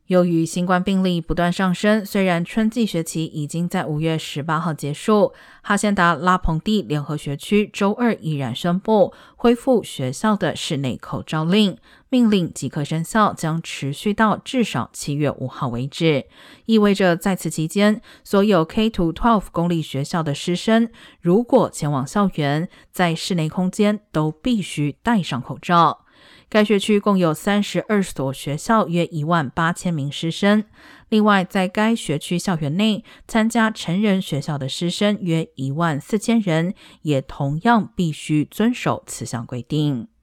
由于新冠病例不断上升，虽然春季学期已经在5月18号结束，哈仙达拉蓬蒂联合学区周二依然宣布恢复学校的室内口罩令，命令即刻生效，将持续到至少7月5号为止，意味着在此期间，所有 K-12 公立学校的师生如果前往校园，在室内空间都必须戴上口罩。该学区共有32所学校，约18000名师生。另外，在该学区校园内参加成人学校的师生约14000人，也同样必须遵守此项规定。